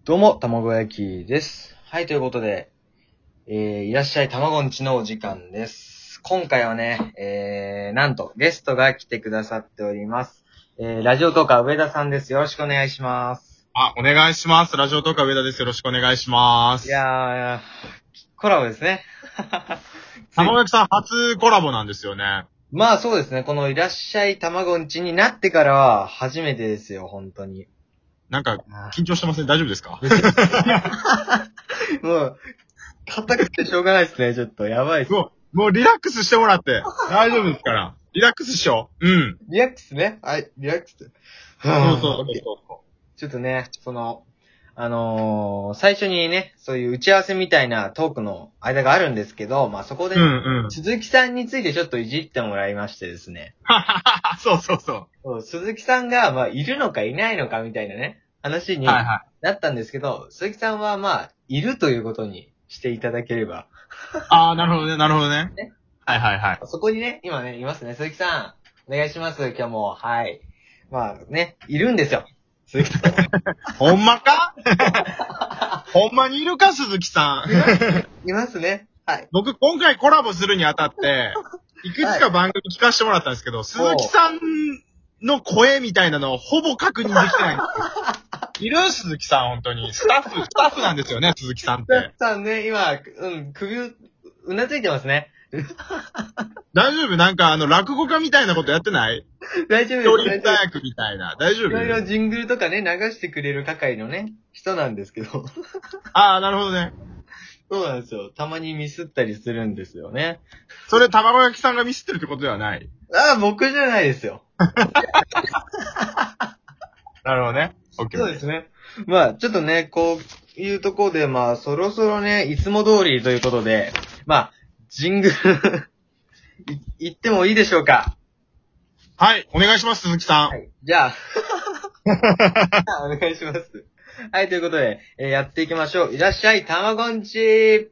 どうも、卵焼きです。はい、ということで、いらっしゃい卵んちのお時間です。今回はね、なんとゲストが来てくださっております。ラジオトーカー上田さんです。よろしくお願いします。 お願いします。ラジオトーカー上田です。よろしくお願いしまいす。 やー、コラボですね。 卵焼きさん初コラボなんですよね。 まあそうですね、このいらっしゃい卵んちになってからは初めてですよ、本当に。 なんか、緊張してません？大丈夫ですか？ もう、硬くてしょうがないですね、ちょっと。やばいっす。 もうリラックスしてもらって。大丈夫ですから。リラックスしよう。うん。 リラックスね。はい、リラックス。 そうはぁ、 そうオッケー。 そちょっとね、最初にね、そういう打ち合わせみたいなトークの間があるんですけど、まあそこでう。うね、 んうん。 鈴木さんについてちょっといじってもらいましてですね。 そうそうそう。 そう鈴木さんが、まあいるのかいないのかみたいなね、話にはいはい。 なったんですけど、鈴木さんはまあ、いるということにしていただければ。 なるほどね、なるほどね。 ね。 はいはいはい。 そこにね、今ね、いますね。鈴木さん、お願いします、今日も。はい。まあね、いるんですよ。鈴木さん。 ほんまか？ほんまにいるか、鈴木さん。 いますね。はい。 僕、今回コラボするにあたって、いくつか番組聞かせてもらったんですけど、鈴木さんの声みたいなのをほぼ確認できてないんですよ。いる？鈴木さん、本当に。スタッフなんですよね、鈴木さんっ鈴木て。 さんね、今、うなずいてますね。 大丈夫？なんか、落語家みたいなことやってない？ 大丈夫です、 教育大丈夫です。 大学みたいな。大丈夫？ いろいろジングルとかね、流してくれる係のね、人なんですけど。 なるほどね。 そうなんですよ。たまにミスったりするんですよね。 それ、卵焼きさんがミスってるってことではない。 ああ、僕じゃないですよ。 なるほどね。オッケーオッケー。 そうですね。まあ、ちょっとね、こういうところで、まあ、そろそろね、いつも通りということで、まあ、ジングル言ってもいいでしょうか。 はい、お願いします、鈴木さん。 はい。じゃあ、お願いします。はい、ということで、やっていきましょう。いらっしゃい、たまごんち。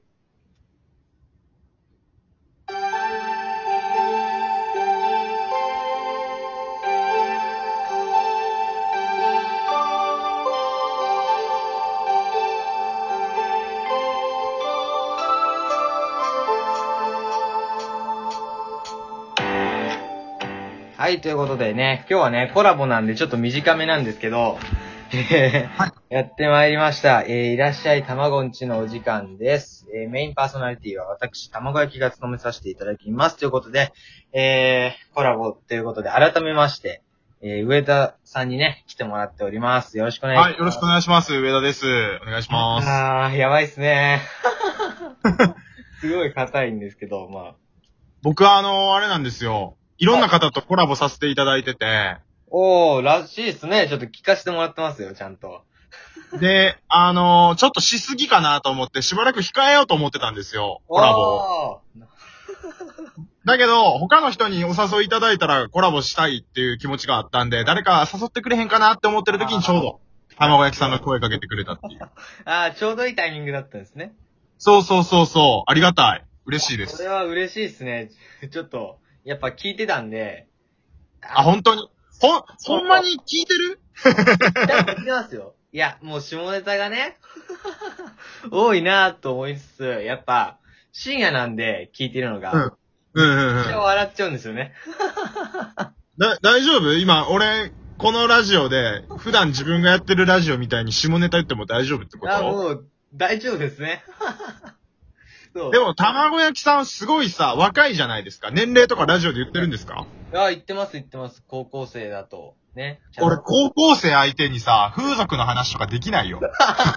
はい、ということでね、今日はね、コラボなんでちょっと短めなんですけど、 はい。 やってまいりました。いらっしゃい、たまごんちのお時間です。メインパーソナリティは私、たまご焼きが務めさせていただきます。ということで、コラボということで、改めまして、上田さんにね、来てもらっております。よろしくお願いします。 はい、よろしくお願いします。上田です。お願いします。 やばいっすね。すごい硬いんですけど、まあ。 僕はあれなんですよ。いろんな方とコラボさせていただいてて、 らしいですね。ちょっと聞かせてもらってますよ、ちゃんと。 で、ちょっとしすぎかなと思ってしばらく控えようと思ってたんですよ。コラボを。 おーだけど、他の人にお誘いいただいたらコラボしたいっていう気持ちがあったんで、誰か誘ってくれへんかなって思ってる時にちょうど、卵焼きさんが声かけてくれたっていう。 ちょうどいいタイミングだったんですね。 そうそうそうそう。ありがたい。嬉しいでそれす。 は嬉しいですね。ちょっと、やっぱ聞いてたんで、 本当に。ほんまに聞いてる？ ちゃんと聞いてますよ。いや、もう下ネタがね、多いなと思いつつ、やっぱ、深夜なんで聞いてるのが、 うん。うんうんめっちゃうん。 笑っちゃうんですよね。 大丈夫？今、俺、このラジオで、普段自分がやってるラジオみたいに下ネタ言っても大丈夫ってこと？ もう、大丈夫ですね。そう。 でも、卵焼きさんすごいさ、若いじゃないですか。年齢とかラジオで言ってるんですか？ 言ってます、言ってます。高校生だと。ね。ちゃん俺、 と。 高校生相手にさ、風俗の話とかできないよ。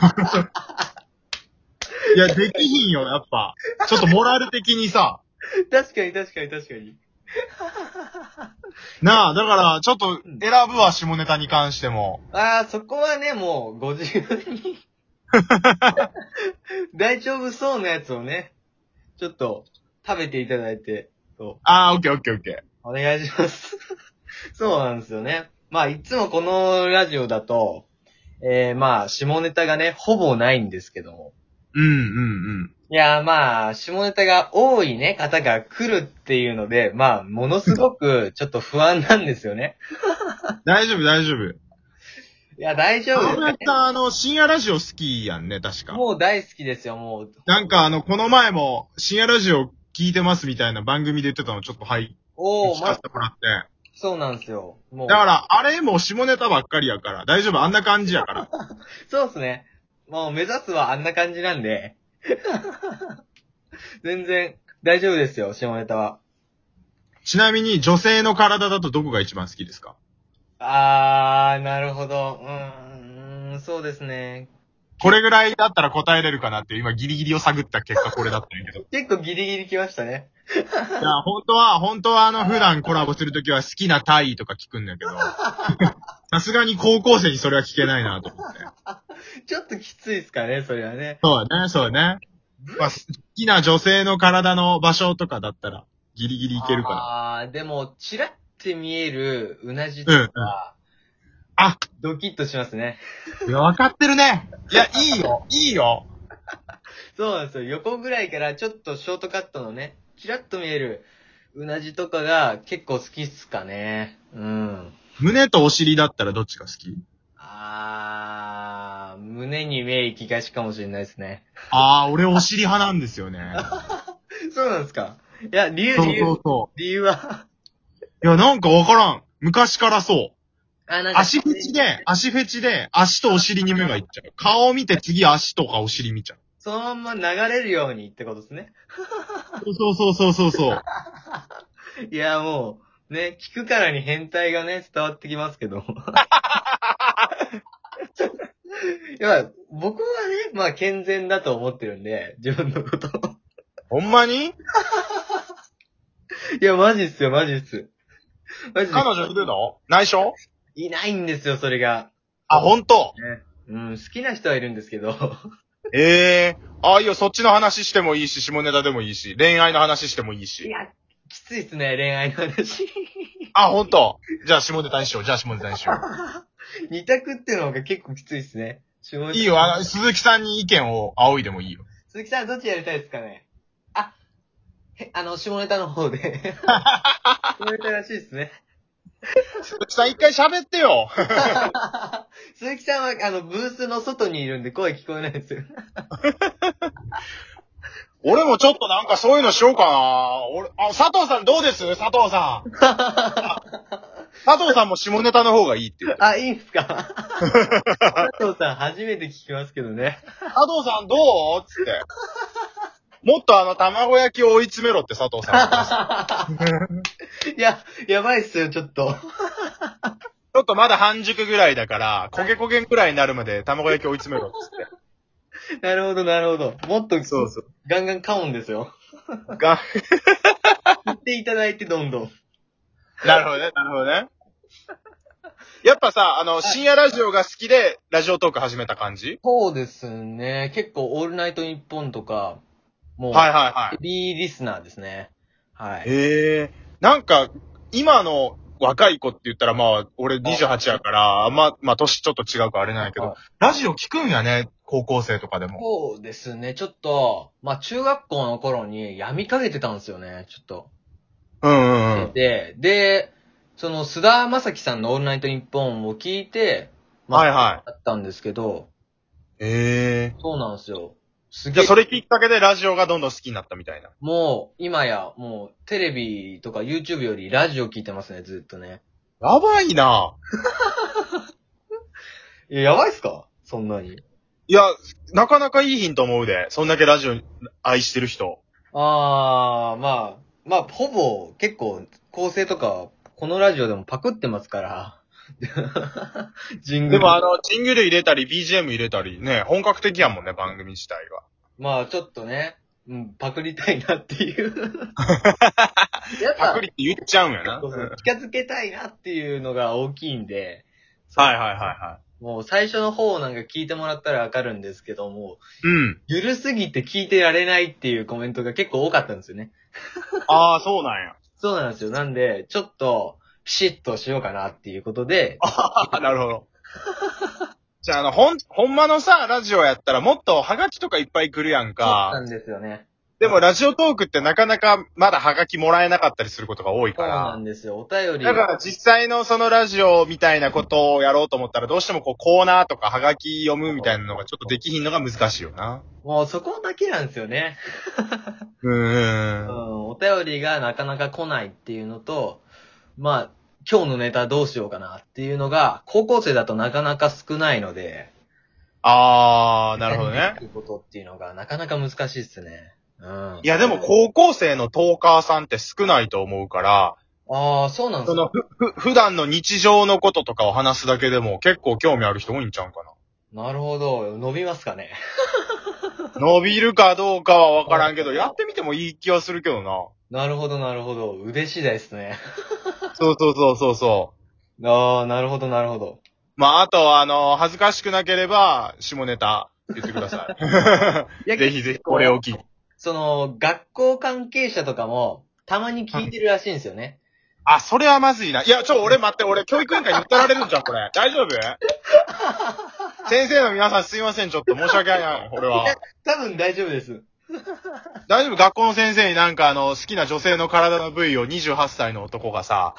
いや、できひんよ、やっぱ。ちょっとモラル的にさ。 確かに、確かに、確かに。 なあ、だから、ちょっとうん選ぶわ、下ネタに関しても。 そこはね、もう、ご自由に大丈夫そうなやつをね、ちょっと、食べていただいて、そう、 オッケーオッケーオッケー。 お願いします。そうなんですよね。まあ、いつもこのラジオだと、まあ、下ネタがね、ほぼないんですけども。 うんうんうん。 いや、まあ、下ネタが多いね、方が来るっていうので、まあ、ものすごく、ちょっと不安なんですよね。 大丈夫大丈夫。 いや、大丈夫ですね。 玉子焼きさん、深夜ラジオ好きやんね、確か。 もう大好きですよ、もう。 なんかこの前も、深夜ラジオ聞いてますみたいな番組で言ってたのちょっと聞かせてもらって。 そうなんですよ。もう。 だから、あれも下ネタばっかりやから、大丈夫、あんな感じやから。 そうですね。もう目指すはあんな感じなんで。全然大丈夫ですよ、下ネタは。 ちなみに、女性の体だとどこが一番好きですか？ なるほど。そうですね。 これぐらいだったら答えれるかなって、今ギリギリを探った結果これだったんやけど。い結構ギリギリ来ましたね。 や、本当は普段コラボするときは好きな体位とか聞くんだけど、さすがに高校生にそれは聞けないなと思って。 ちょっときついですかね、それはね。 そうだね、そうだね。まあ、好きな女性の体の場所とかだったら、ギリギリいけるかでも、チラって見えるうなじとうんうんか、 あ、 ドキッとしますね。 いや、わかってるね。いや、いいよ、いいよ。 そうなんですよ。横ぐらいからちょっとショートカットのね、チラッと見えるうなじとかが結構好きっすかね。うん。 胸とお尻だったらどっちが好き？ 胸に目行きがちかもしれないですね。 俺お尻派なんですよね。 そうなんですか？いや、 そうそうそ理由はう。いや、なんかわからん。昔からそう。 なんか、 足フェチで、足とお尻に目がいっちゃう。顔を見て次足とかお尻見ちゃう。 そのまんま流れるようにってことですね。 そう。 いや、もう、ね、聞くからに変態がね、伝わってきますけど。いや、僕はね、まあ健全だと思ってるんで、自分のこと。 ほんまに？ いや、マジっすよ、マジっす。マジで。 彼女いるの？内緒？ いないんですよ、それが。 あ、ほんと？ ね。うん、好きな人はいるんですけど。 いいよ、そっちの話してもいいし、下ネタでもいいし、恋愛の話してもいいし。 いや、きついっすね、恋愛の話。 あ、ほんと？じゃあ下ネタにしよう。 二択っていうのが結構きついっすね。下ネタいいよ、鈴木さんに意見を仰いでもいいよ。 鈴木さん、どっちやりたいですかね？下ネタの方で。下ネタらしいですね。 鈴木さん一回喋ってよ。 鈴木さんは、ブースの外にいるんで声聞こえないですよ。 俺もちょっとなんかそういうのしようかな。佐藤さんどうです？佐藤さん。佐藤さんも下ネタの方がいいって言って。 いいんすか？佐藤さん初めて聞きますけどね。 佐藤さんどう？つって。もっと卵焼きを追い詰めろって佐藤さんが言ってます。 いや、やばいっすよ、ちょっと。 ちょっとまだ半熟ぐらいだから、焦げ焦げぐらいになるまで卵焼き追い詰めろっつって。 なるほど、なるほど。もっと、 そう。 ガンガンカオンですよ。言っていただいて、どんどん。 なるほどね。やっぱさ、深夜ラジオが好きで、ラジオトーク始めた感じ？ そうですね。結構、オールナイトニッポンとか、もう、 はい。 ヘビーリスナーですね。はい。 なんか、今の若い子って言ったらまあ、俺28やから、まあ、年ちょっと違うからあれなんやけど、ラジオ聞くんやね、高校生とかでも。 そうですね。ちょっと、中学校の頃に闇かけてたんですよね。ちょっと。 うん。 で、その、菅田将暉さんのオールナイトニッポンを聞いて、 はい。 あったんですけど、そうなんですよ。すげえ、 じゃあそれきっかけでラジオがどんどん好きになったみたいな。 もう、今や、もう、テレビとか YouTube よりラジオ聞いてますね、ずっとね。 やばいな。 やばいっすか？そんなに。 いや、なかなかいいヒント思うで。そんだけラジオ愛してる人。 ほぼ、結構、構成とか、このラジオでもパクってますから。ジングル。 でもジングル入れたり、BGM 入れたりね、本格的やもんね、番組自体が。 ちょっとね、パクりたいなっていう。やっぱ、 パクリって言っちゃうんやな。 そう近づけたいなっていうのが大きいんで。 はい。 もう最初の方なんか聞いてもらったらわかるんですけども、 うん。 ゆるすぎて聞いてられないっていうコメントが結構多かったんですよね。 そうなんや。 そうなんですよ。なんで、ちょっと、ピシッとしようかなっていうことで。 なるほど。じゃあほんまのさ、ラジオやったらもっとハガキとかいっぱい来るやんそうなか。 んですよね。 でもラジオトークってなかなかまだハガキもらえなかったりすることが多いそうから。 なんですよ。お便り。 だから実際のそのラジオみたいなことをやろうと思ったらどうしてもこうコーナーとかハガキ読むみたいなのがちょっとできひんのが難しいよな。 もうそこだけなんですよね。 うーん。 お便りがなかなか来ないっていうのと、まあ、今日のネタどうしようかなっていうのが、高校生だとなかなか少ないので、 なるほどねで。きることっていうのがなかなか難しいっすね。 いやでも高校生のトーカーさんって少ないと思うから、 ああ、そうなんですか。 普段の日常のこととかを話すだけでも結構興味ある人多いんちゃうんかなるほど。伸びますかね。 な。伸びるかどうかはわからんけど、やってみてもいい気はするけどな。 なるほど、なるほど。腕次第ですね。 そう。 ああ、なるほど、なるほど。 まあ、あと恥ずかしくなければ、下ネタ言ってください。ぜひぜひ、これを聞いて。 学校関係者とかも、たまに聞いてるらしいんですよね。 あ、それはまずいな。いや、俺待って、俺教育委員会に訴えられるんじゃん、これ。大丈夫先生の皆さんすいません、ちょっと申し訳ない、俺は。 多分大丈夫です。 大丈夫学校の先生になんか好きな女性の体の部位を28歳の男がさ、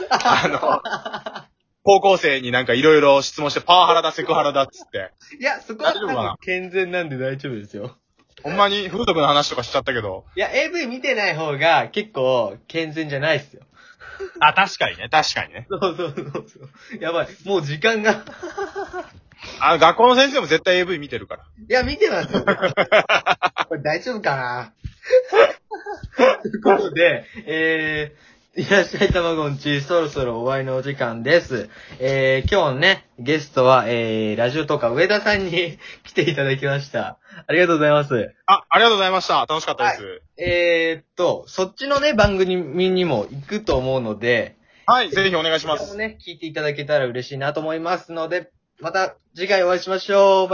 高校生になんかいろいろ質問してパワハラだ、セクハラだっつって。 いや、そこは多大丈夫かな分健全なんで大丈夫ですよ。 ほんまに風俗の話とかしちゃったけど。 いや、AV 見てない方が結構健全じゃないっすよ。 あ、確かにね。 そう。やばい。もう時間が。 学校の先生も絶対 AV 見てるから。 いや、見てますよ。これ大丈夫かなということで、いらっしゃいたまごんち、そろそろ終わりのお時間です。今日ね、ゲストは、ラジオとか上田さんに来ていただきました。ありがとうございます。 ありがとうございました。楽しかったです。 そっちのね、番組にも行くと思うので、 はい、ぜひお願いします。 これもね、聞いていただけたら嬉しいなと思いますので、また次回お会いしましょう。